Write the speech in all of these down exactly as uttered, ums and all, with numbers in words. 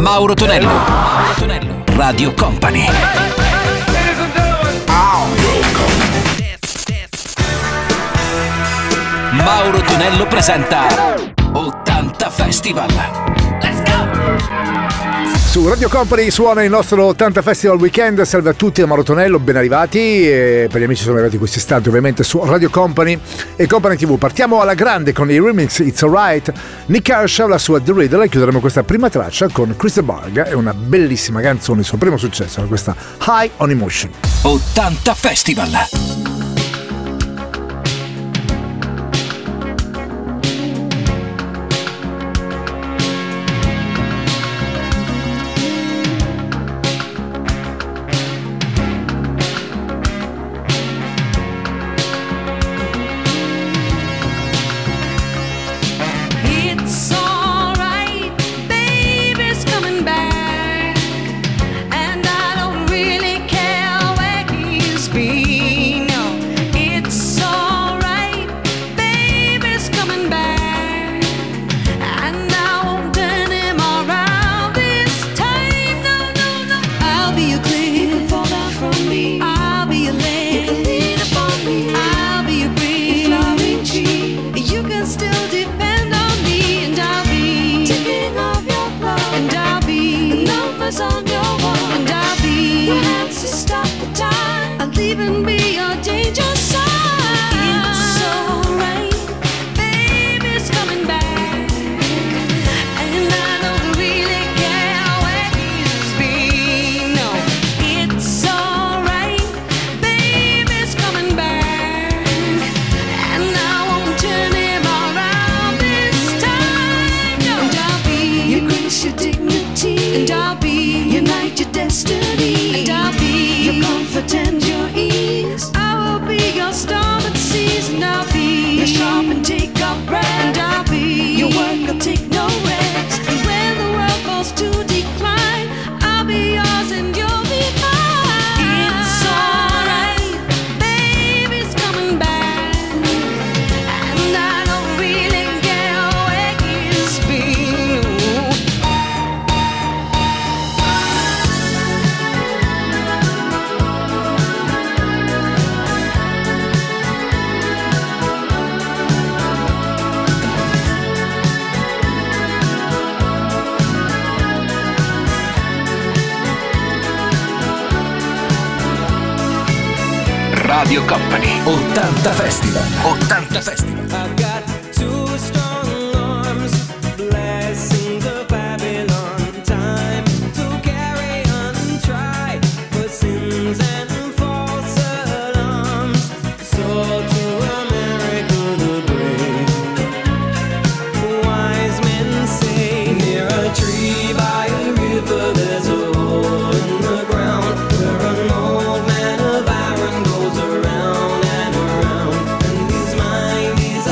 Mauro Tonello, Mauro Tonello, Radio Company. Mauro Tonello presenta ottanta Festival. Let's go! Su Radio Company suona il nostro ottanta Festival Weekend. Salve a tutti da Mauro Tonello, ben arrivati. E per gli amici sono arrivati questi istanti ovviamente su Radio Company e Company tivù. Partiamo alla grande con i remix It's Alright, Nick Kershaw, la sua The Riddle, e chiuderemo questa prima traccia con Chris de Burgh e una bellissima canzone, il suo primo successo, questa High on Emotion. ottanta Festival. Radio Company, ottanta Festival. ottanta Festival. I've got two strong arms, blessings of Babylon. Time to carry on and try for sins and false alarms. So to America the brave, wise men say, near a tree by a river there's a hole in the ground where an old man of iron goes around and around, and his mind is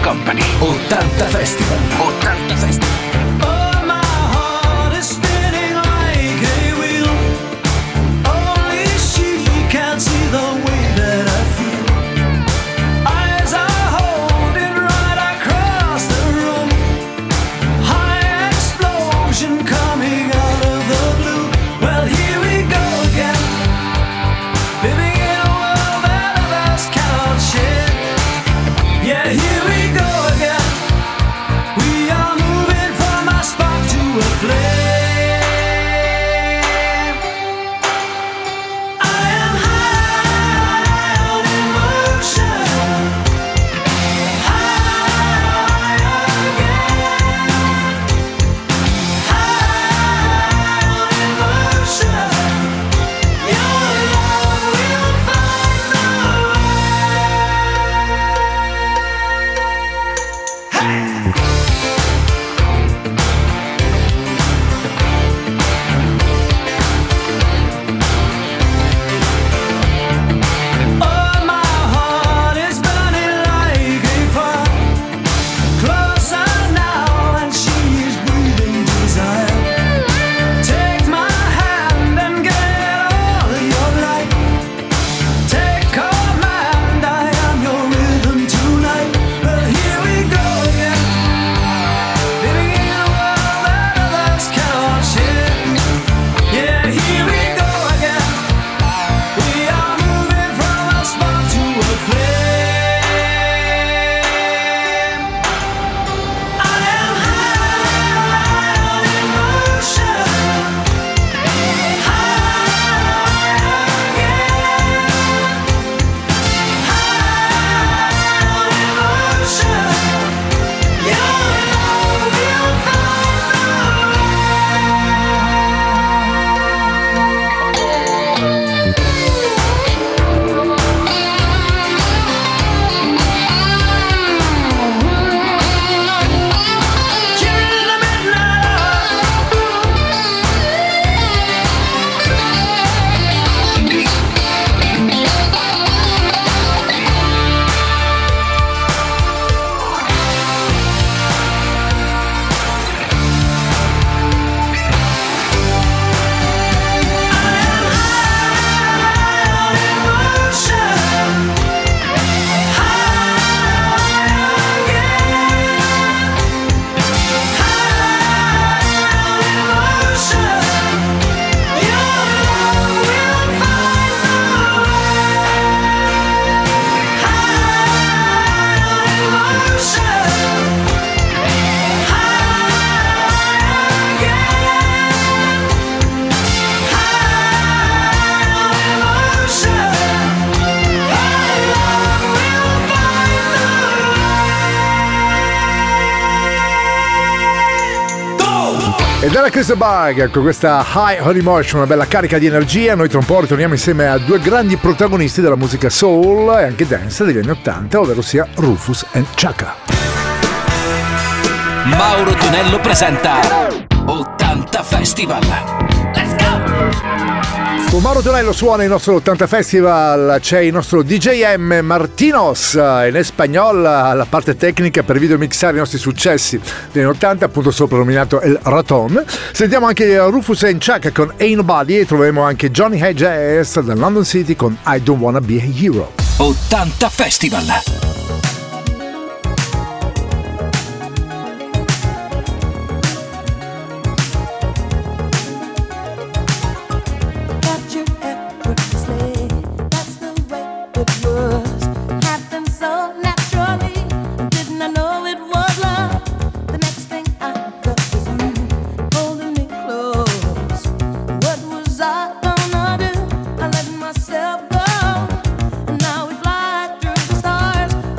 Company. ottanta Festival. ottanta Festival. Oh, my heart is spinning like a wheel. Only she can see the way that I feel. Eyes are holding right across the room. High explosion coming out of the blue. Well, here we go again. Living in a world that others cannot share. Yeah, here we go again. We are moving from a spark to a flame. I am high on emotion. High again. High on emotion. Your love will find the way. Oh, my heart is burning like a fire. Closer now, and she is breathing desire. Take my hand and get all your light. Take command, I am your rhythm tonight. Well, here we go again. Living in a world that others cannot share. Yeah, here we go again. We are moving from a spark to a flame. I am high on emotion. High again. High on emotion. Your love will find the You're in the midnight emotion. Ed era Chris Bug con questa High on Emotion, una bella carica di energia. Noi tra un po' ritorniamo insieme a due grandi protagonisti della musica soul e anche dance degli anni ottanta, ovvero sia Rufus e Chaka. Mauro Tonello presenta ottanta Festival. Let's go! Con Mauro Tonello suona il nostro ottanta Festival, c'è il nostro D J M Martinos in spagnol alla parte tecnica per videomixare i nostri successi degli anni ottanta, appunto soprannominato El Raton. Sentiamo anche Rufus and Chaka con Ain't Nobody e troveremo anche Johnny Hedges da London City con I Don't Wanna Be a Hero. ottanta Festival. Got your effortlessly, that's the way it was. Happened so naturally, didn't I know it was love? The next thing I felt was you holding me close. What was I gonna do? I let myself go, and now we fly through the stars.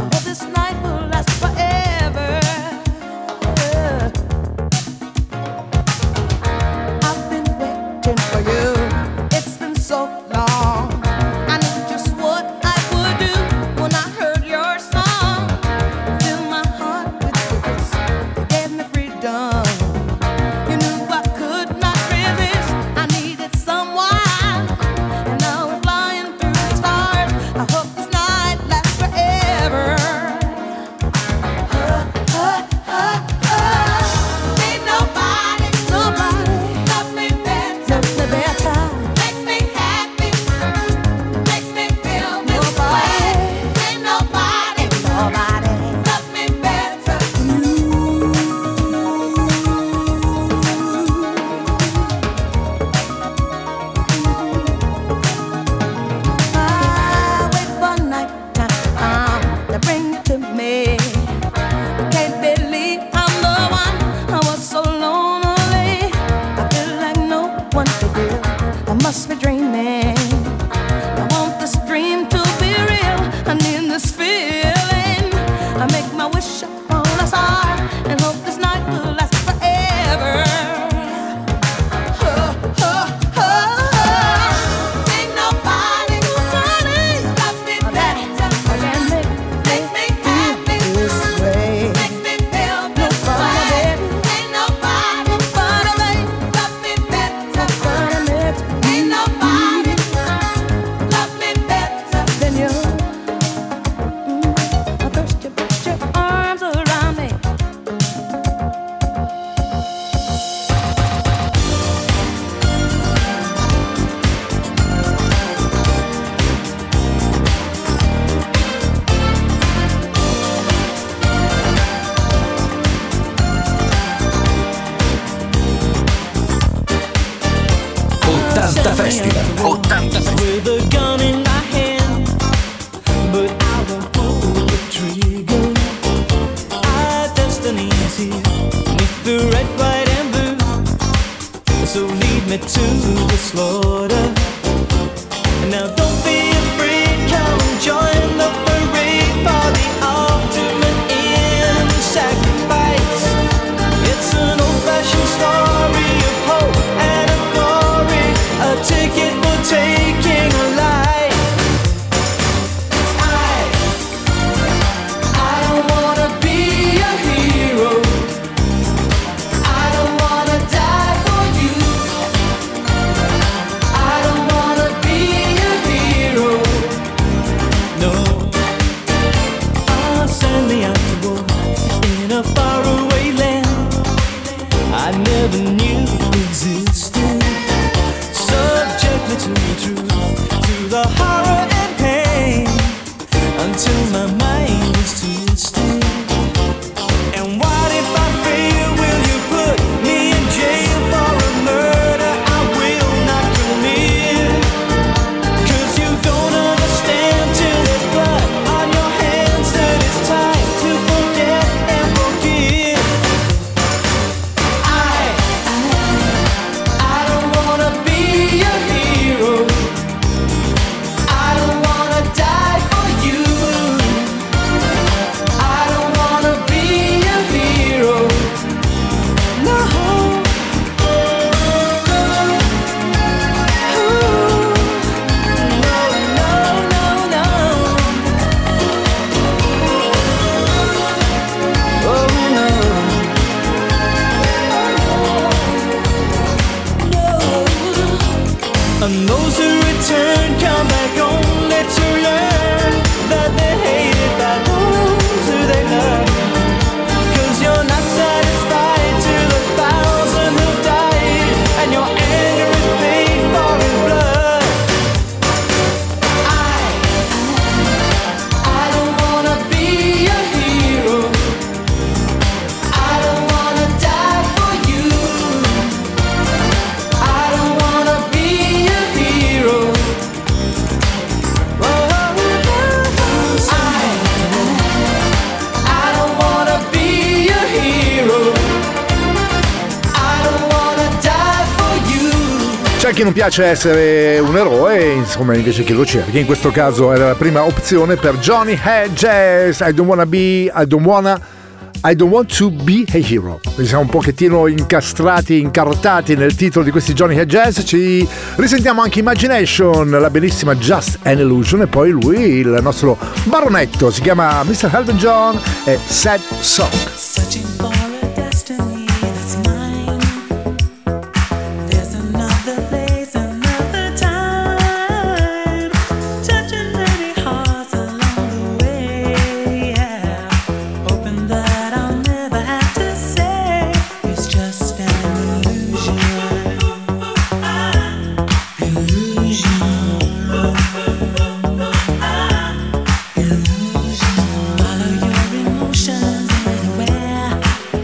one to feel. I must be dreaming. I want this dream to be real. I need this feeling. I make my wish upon a star and hope this night will last forever. Oh, oh, oh, oh. Ain't nobody, nobody loves me better. Makes me happy this way. Makes me feel this way. Ain't nobody, nobody loves me better. Ain't nobody loves me better than you. Mm, first you put your arms around me. ottanta Festival. ottanta Festival. With a gun in my hand, but I won't pull the trigger. Our destiny's here, with the red, white, and blue. So lead me to the slaughter. Now don't be afraid, come join the parade for the ultimate in sacrifice. It's an old-fashioned story of hope and of glory, a ticket for taking a life. I, I don't wanna be a hero. I don't wanna die for you. I don't wanna be a hero. No, I'll send me out to war in a faraway land I never knew existed. Subject me to the truth, to the horror and pain, until my mind is twisted. And what if I fail? Will you put me in jail for a murder I will not commit? 'Cause you don't understand till there's blood on your hands that it's time to forget and forgive. I, I don't wanna be a hero. I don't wanna die for you. I don't wanna be a hero. No. Ooh. No, no, no, no. Oh no. And those who return come back only to learn that they're hated by those who they love. 'Cause you're not satisfied to the thousand who died, and your anger is paid for in blood. I, I don't wanna be a hero. I don't wanna die for you. I don't wanna be a hero. Oh, I, I don't wanna be a hero. I don't wanna die for you. C'è chi non piace essere un eroe, insomma, invece chi lo cerca. In questo caso era la prima opzione per Johnny Hedges. I don't wanna be, I don't wanna, I don't want to be a hero. Siamo un pochettino incastrati, incartati nel titolo di questi Johnny Hedges. Ci risentiamo anche Imagination, la bellissima Just an Illusion, e poi lui, il nostro baronetto, si chiama mister Elton John e Sad Song. Searching for a destiny that's mine. There's another place, another time. Touching many hearts along the way, yeah. Hoping that I'll never have to say it's just an illusion. Illusion. Illusion. Follow your emotions anywhere.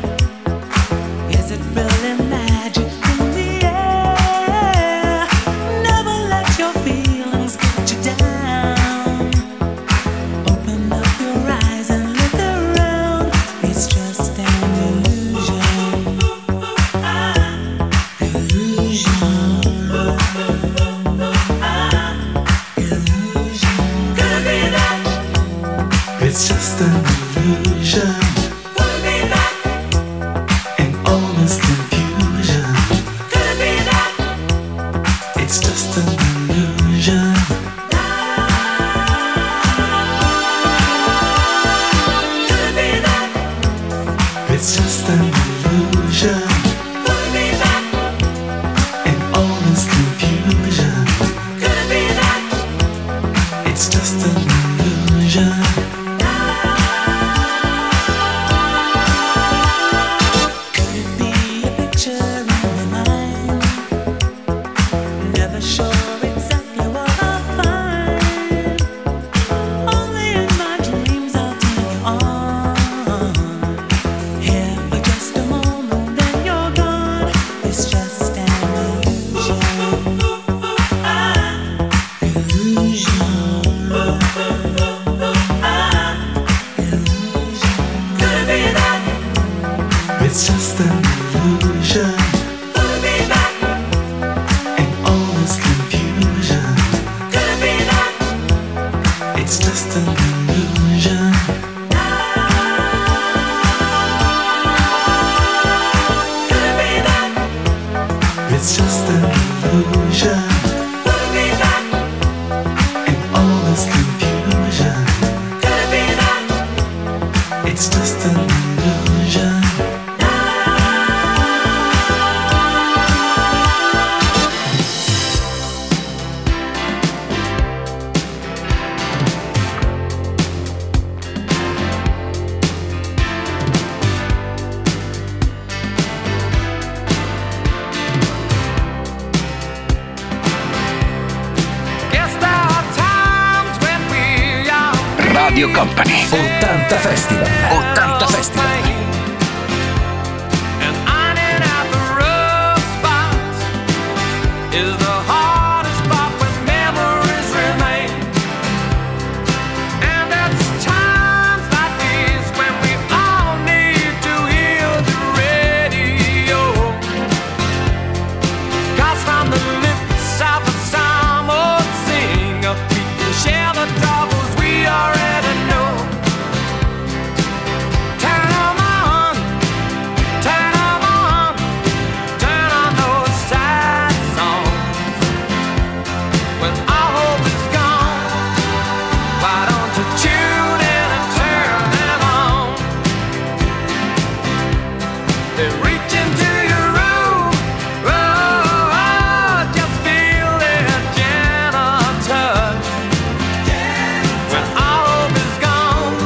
just an illusion. Could be that, It's just an illusion. could be that, In all this confusion, could be that, it's just an illusion. Could it be a picture in my mind? Never sure exactly what I'll find. Only in my dreams I'll take you on. Here for just a moment, then you're gone. It's just an illusion. could be that, It's just an illusion. could be that, In all this confusion, could be that, it's just an illusion. could be that, It's just an illusion. could be that, In all this confusion, could be that, it's just an illusion. guess there are times when we are Radio Company. ottanta Festival. ottanta Festival. and ironing out the rough spots is the hardest part when memories remain. And it's times like these when we all need to hear the radio. 'Cause from the lips of a psalm old singer, we can share the troubles we already know. Turn 'em on, turn 'em on, turn on those sad songs. When all hope is gone, why don't you tune in and turn them on? They reach into your room, oh, oh, just feel their gentle touch. When all hope is gone,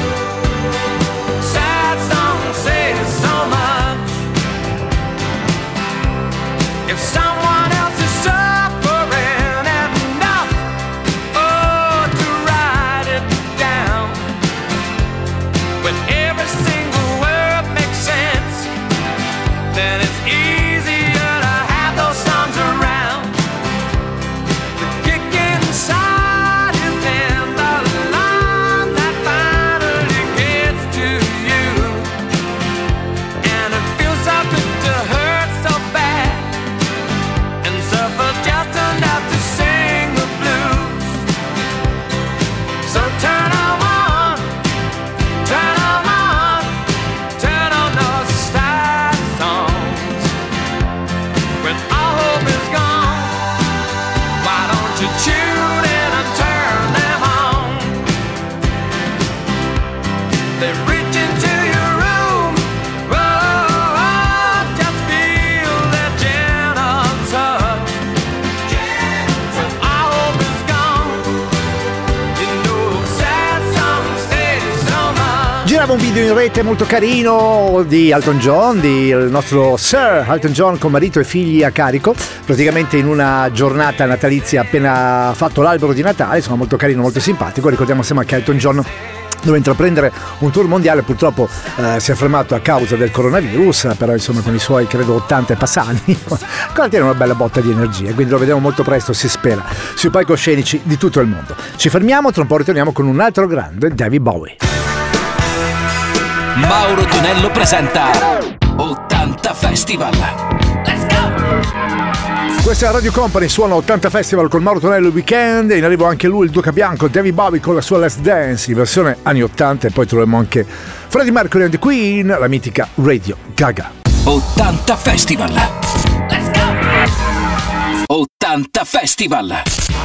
sad songs say so much. If someone else is suffering enough, oh, to write it down. When every single word makes sense, then it's easier to have those songs around. The kick inside is in the line that finally gets to you. And it feels so good to hurt so bad and suffer just enough to sing the blues. So turn 'em on, turn 'em on, turn on those sad songs. When all hope is gone, why don't you tune in and turn them on? They reach into your room, oh, oh, just feel their gentle touch. When all hope is gone, you know sad songs say so much. Girava un video in rete molto carino di Elton John, di il nostro Sir Elton John con marito e figli a carico, praticamente in una giornata natalizia appena fatto l'albero di Natale, insomma molto carino, molto simpatico. Ricordiamo sempre che Elton John doveva intraprendere un tour mondiale, purtroppo eh, si è fermato a causa del coronavirus, però insomma con i suoi credo ottanta e passanni ancora tiene una bella botta di energia, quindi lo vedremo molto presto, si spera, sui palcoscenici di tutto il mondo. Ci fermiamo, tra un po' ritorniamo con un altro grande, David Bowie. Mauro Tonello presenta ottanta Festival. Let's go! Questa è Radio Company, suona ottanta Festival con Mauro Tonello Weekend, e in arrivo anche lui, il Duca Bianco, David Bowie con la sua Let's Dance in versione anni ottanta, e poi troviamo anche Freddie Mercury and the Queen, la mitica Radio Gaga. ottanta Festival. Let's go! ottanta ottanta Festival.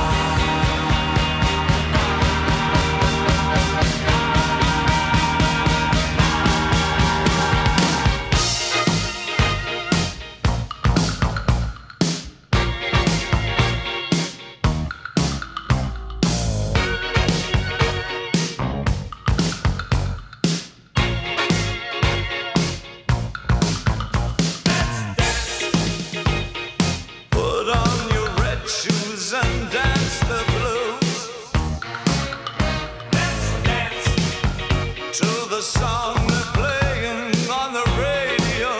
Put on your red shoes and dance the blues. Let's dance to the song they're playing on the radio.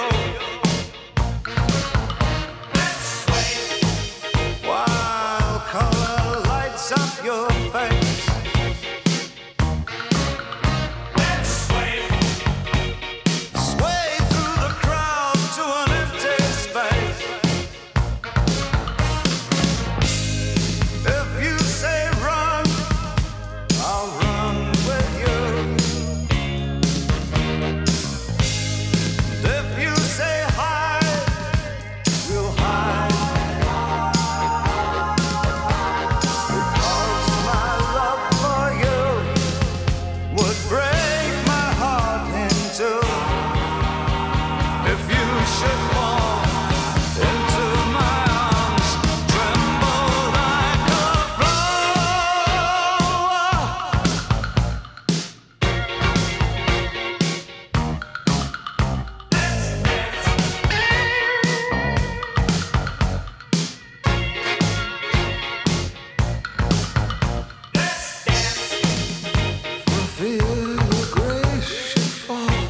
Let's sway while color lights up your face. Let's sway, sway through the crowd to an empty space. If you say run, I'll run with you. If you say hide, we'll hide. Because my love for you would break my heart in two. If you should fall into my arms, tremble like a flower. For fear your grace should fall.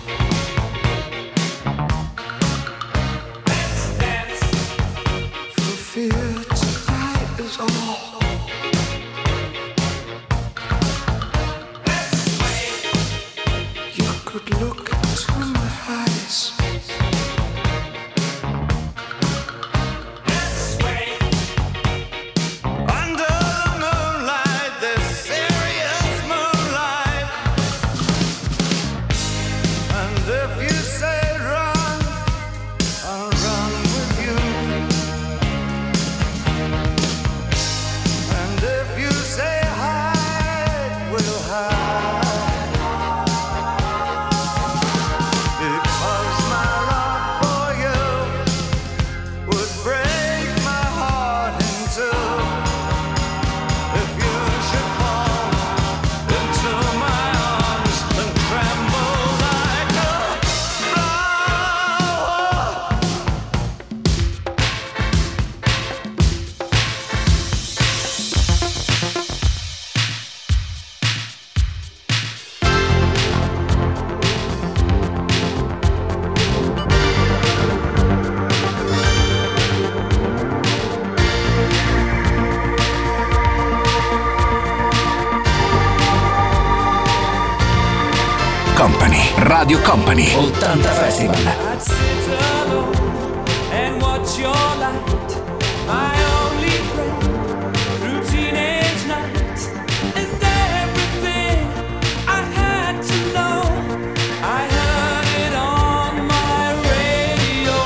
For fear tonight is all. You could look into my eyes. Under the moonlight, this serious moonlight. And if you say run, I'll run with you. And if you say hide, we'll hide. Because my love for you would break my heart in two. If you should fall into my arms and tremble like a flower. Company, Radio Company, ottanta Festival. I'd sit alone and watch your light, my only friend through teenage nights, and everything I had to know, I heard it on my radio.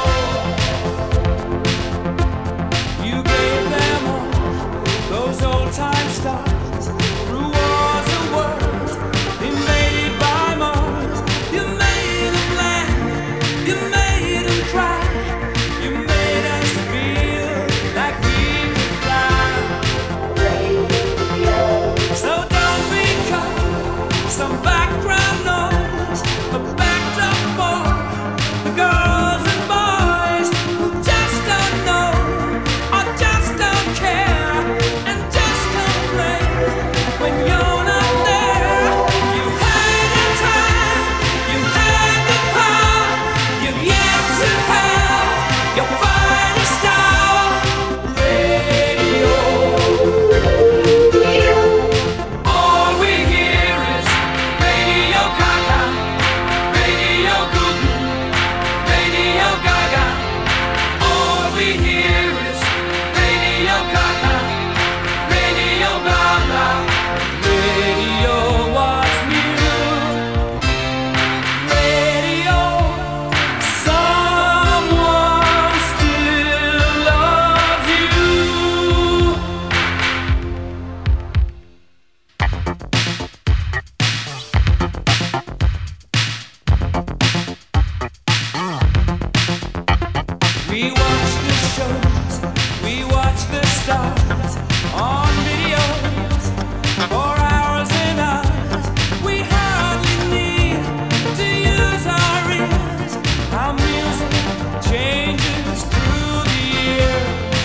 You gave them all those old time stars through wars and worlds invaded by Mars. You made them laugh, you made them cry, you made us feel like we stars on videos for hours and hours. We hardly need to use our ears. Our music changes through the year.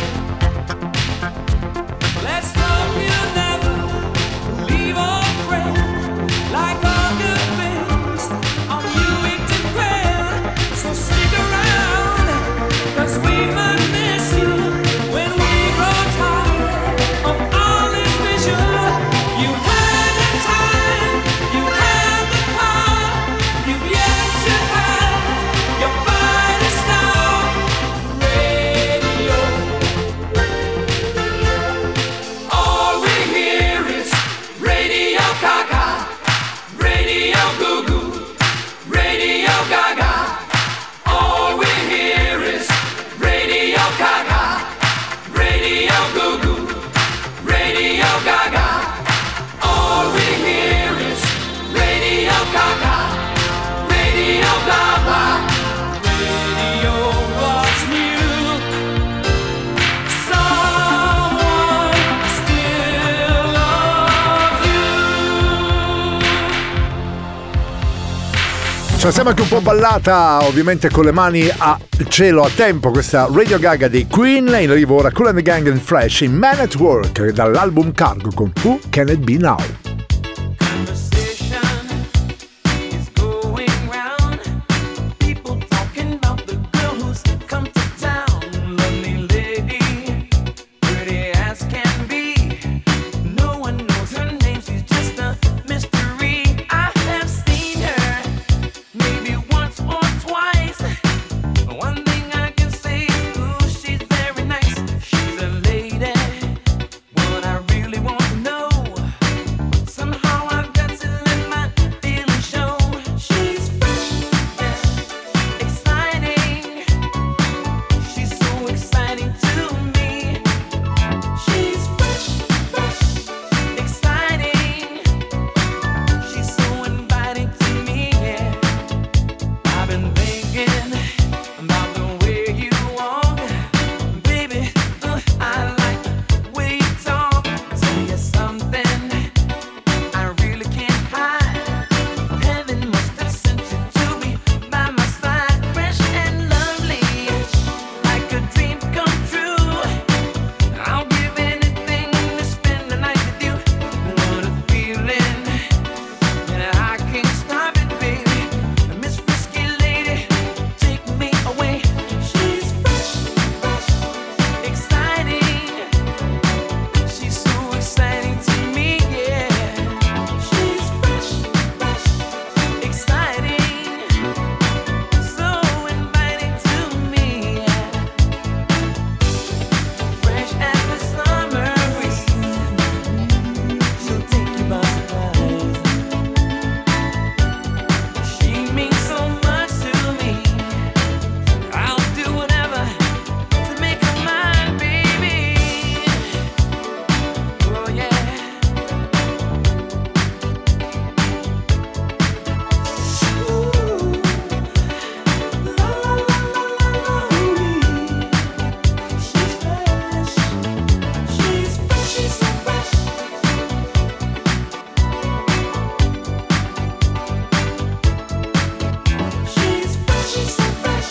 Let's hope you never leave a friend. Like all good things on Buick to Grand. So stick around, 'cause we might miss you when we grow tired of all this visual. You had the time, you had the power, you've yet to have your finest hour. Radio. All we hear is Radio Gaga, Radio Goo Goo, Radio Gaga. All we hear is Radio Gaga, Radio Goo Goo, Radio Gaga. All we hear is Radio Gaga, Radio blah blah. Radio was new. Someone still loves you. Ce la siamo anche un po' ballata, ovviamente con le mani a cielo a tempo, questa Radio Gaga dei Queen. In arrivo ora Kool and the Gang and Fresh in Man at Work dall'album Cargo con Who Can It Be Now? Conversation is going round. People talking about the girl who's come to town. Lovely lady, pretty as can be. No one knows her name, she's just a mystery. I have seen her maybe once or twice. One thing I can say, ooh, she's very nice. She's a lady. What I really want to know. Somehow I've got to let my feelings show. She's fresh, yeah, exciting. She's so exciting to me. She's fresh, fresh, exciting. She's so inviting to me, yeah. I've been thinking about the way you walk, baby. uh, I like the way you talk. Say you're something I really can't hide. Heaven must have sent you to be by my side. Fresh and lovely, like a dream come true. I'll give anything to spend the night with you. What a feeling, and I can't stop it, baby. Miss Frisky Lady, take me away. She's fresh, fresh, exciting. She's so exciting to me, yeah. She's fresh, fresh, exciting. So inviting to me, yeah. Fresh as the summer breeze, she'll take you by surprise. She means so much to me. I'll do whatever to make her mine, baby. Oh yeah. Ooh. La la la la la la. She's fresh. She's fresh. She's so fresh. She's fresh. She's so fresh.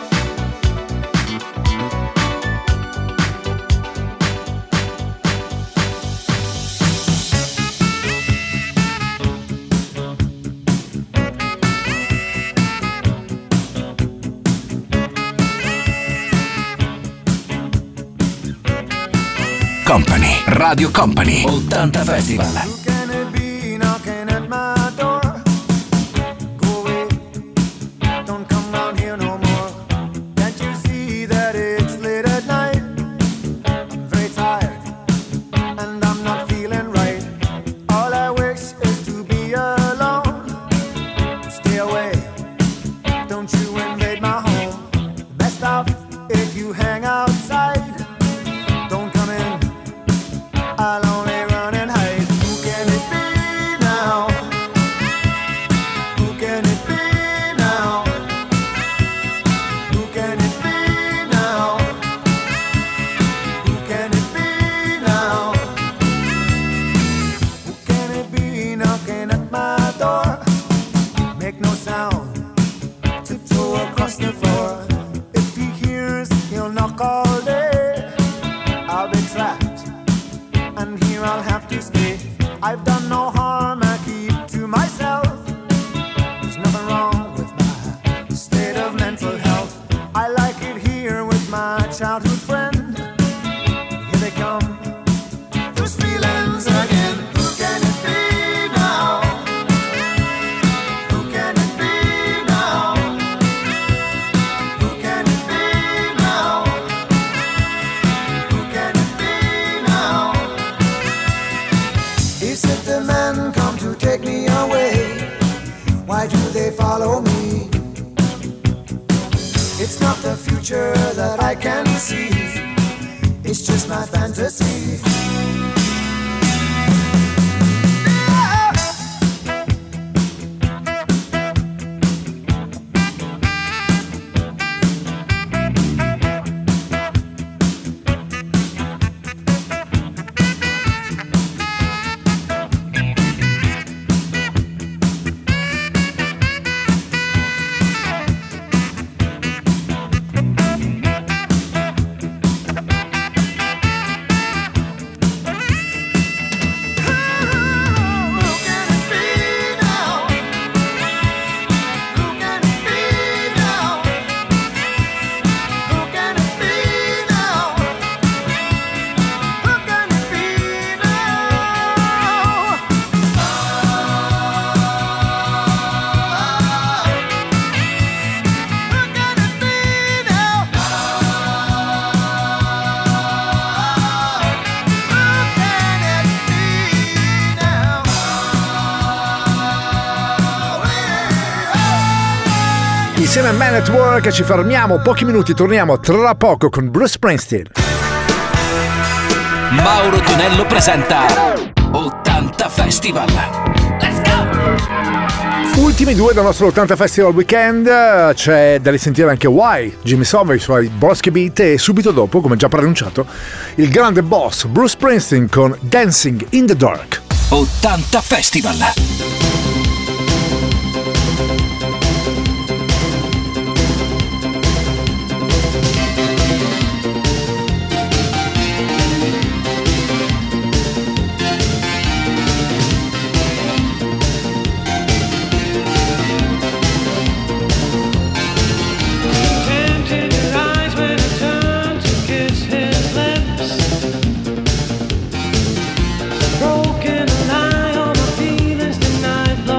Company, Radio Company, ottanta Festival. Who can it be knocking at my door? Go away, don't come round here no more. Can't you see that it's late at night? I'm very tired, and I'm not feeling right. All I wish is to be alone. Stay away, don't you invade my home. Best off if you hang outside. Don't come in, I'll only run and hide. Who can and here I'll have to stay. I've done no harm, I keep to myself. There's nothing wrong with my state of mental health. I like it here with my childhood friend. Here they come, those feelings again. Who can it be now? Who can it be now? Who can it be now? Who can it be now? Is it the men come to take me away? Why do they follow me? It's not the future that I can see. It's just my fantasy. Insieme a Man at Work ci fermiamo pochi minuti, torniamo tra poco con Bruce Springsteen. Mauro Tonello presenta ottanta Festival. Let's go! Ultimi due del nostro ottanta Festival Weekend, c'è da risentire anche Why, Jimmy Sommer, i suoi Brosky Beat, e subito dopo, come già preannunciato, il grande boss Bruce Springsteen con Dancing in the Dark. ottanta Festival. Tempted your eyes when I turned to kiss his lips. Broken a lie, all my feelings tonight.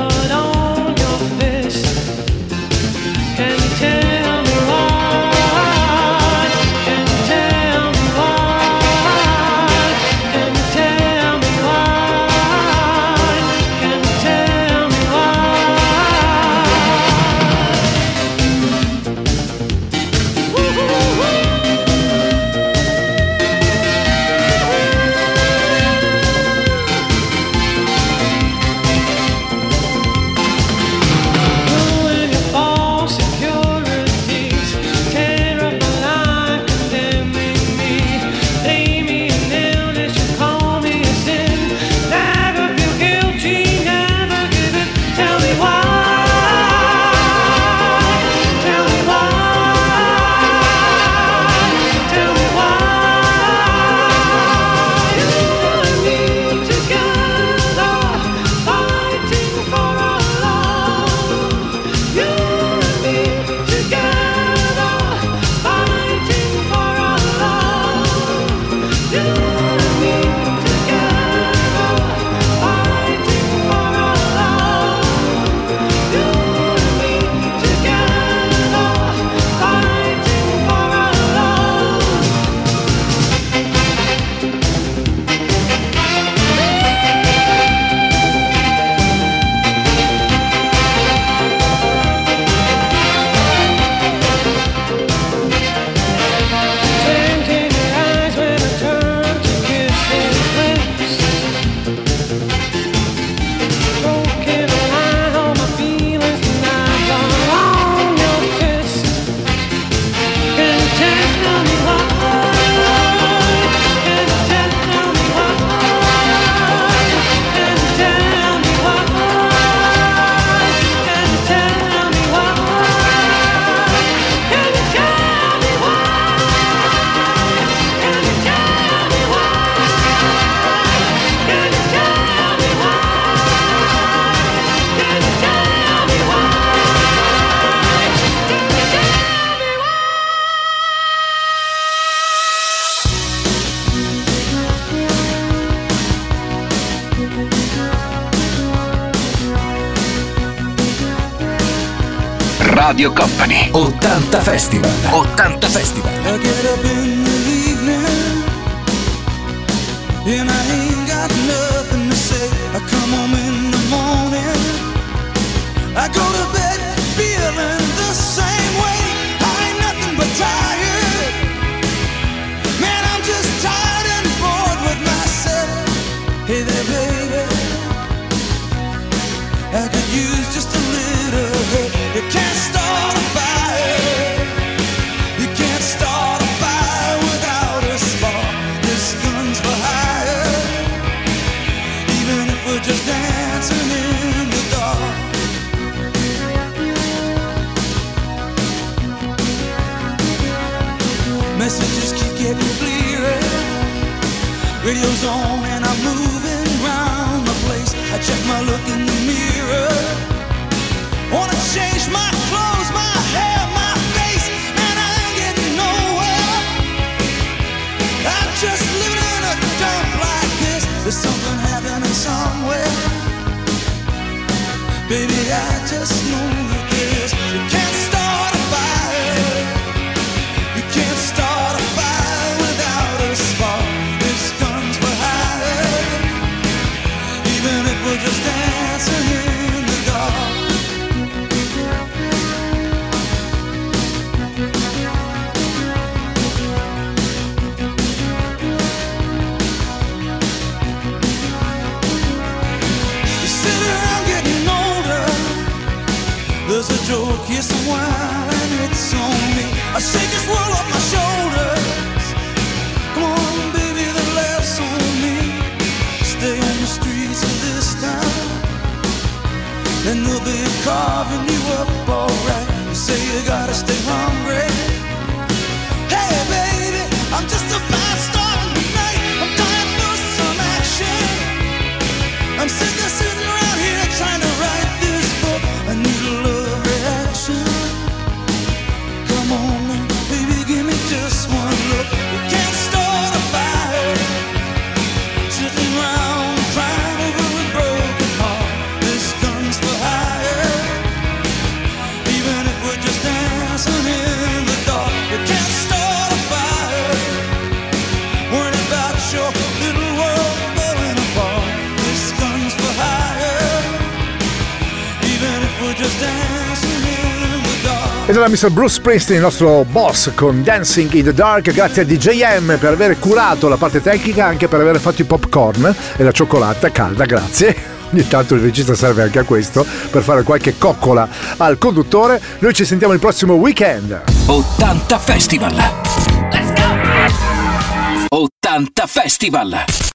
Radio Company. ottanta Festival. ottanta Festival. I get up in the evening and I ain't got nothing to say. I come home in the morning, I go to bed feeling the same way. I ain't nothing but tired. Man, I'm just tired and bored with myself. Hey there, baby, I could use just a little help. You can't start a fire. You can't start a fire without a spark. This gun's for hire. Even if we're just dancing in the dark. Messages keep getting clearer. Radio's on and I'm moving round the place. I check my look in the mirror. Wanna change my clothes, my hair, my face, and I ain't getting nowhere. I'm just living in a dump like this. There's something happening somewhere. Baby, I just know that this. You can't start a fire. You can't start a fire without a spark. This gun's for hire. Even if we're just dancing in the dark. There's a joke, here's some wine, it's on me. I shake this world off my shoulders. Come on, baby, the laughs on me. Stay on the streets of this town, and they'll be carving you up alright. You say you gotta stay hungry. Hey, baby, I'm just a fast star tonight. I'm dying for some action. I'm sick of sitting around here trying to write this book. I need a love reaction. Come on now, baby, give me just one look. We can't start a fire, sitting around crying over a broken heart. This gun's for hire. Even if we're just dancing in the dark, we can't start a fire. Worrying about your little world falling apart. This gun's for hire. Even if we're just dancing in the dark. Ed era mister Bruce Springsteen, il nostro boss, con Dancing in the Dark. Grazie a D J M per aver curato la parte tecnica, anche per aver fatto i popcorn e la cioccolata calda, grazie. Ogni tanto il regista serve anche a questo, per fare qualche coccola al conduttore. Noi ci sentiamo il prossimo weekend. ottanta Festival. Let's go! ottanta Festival.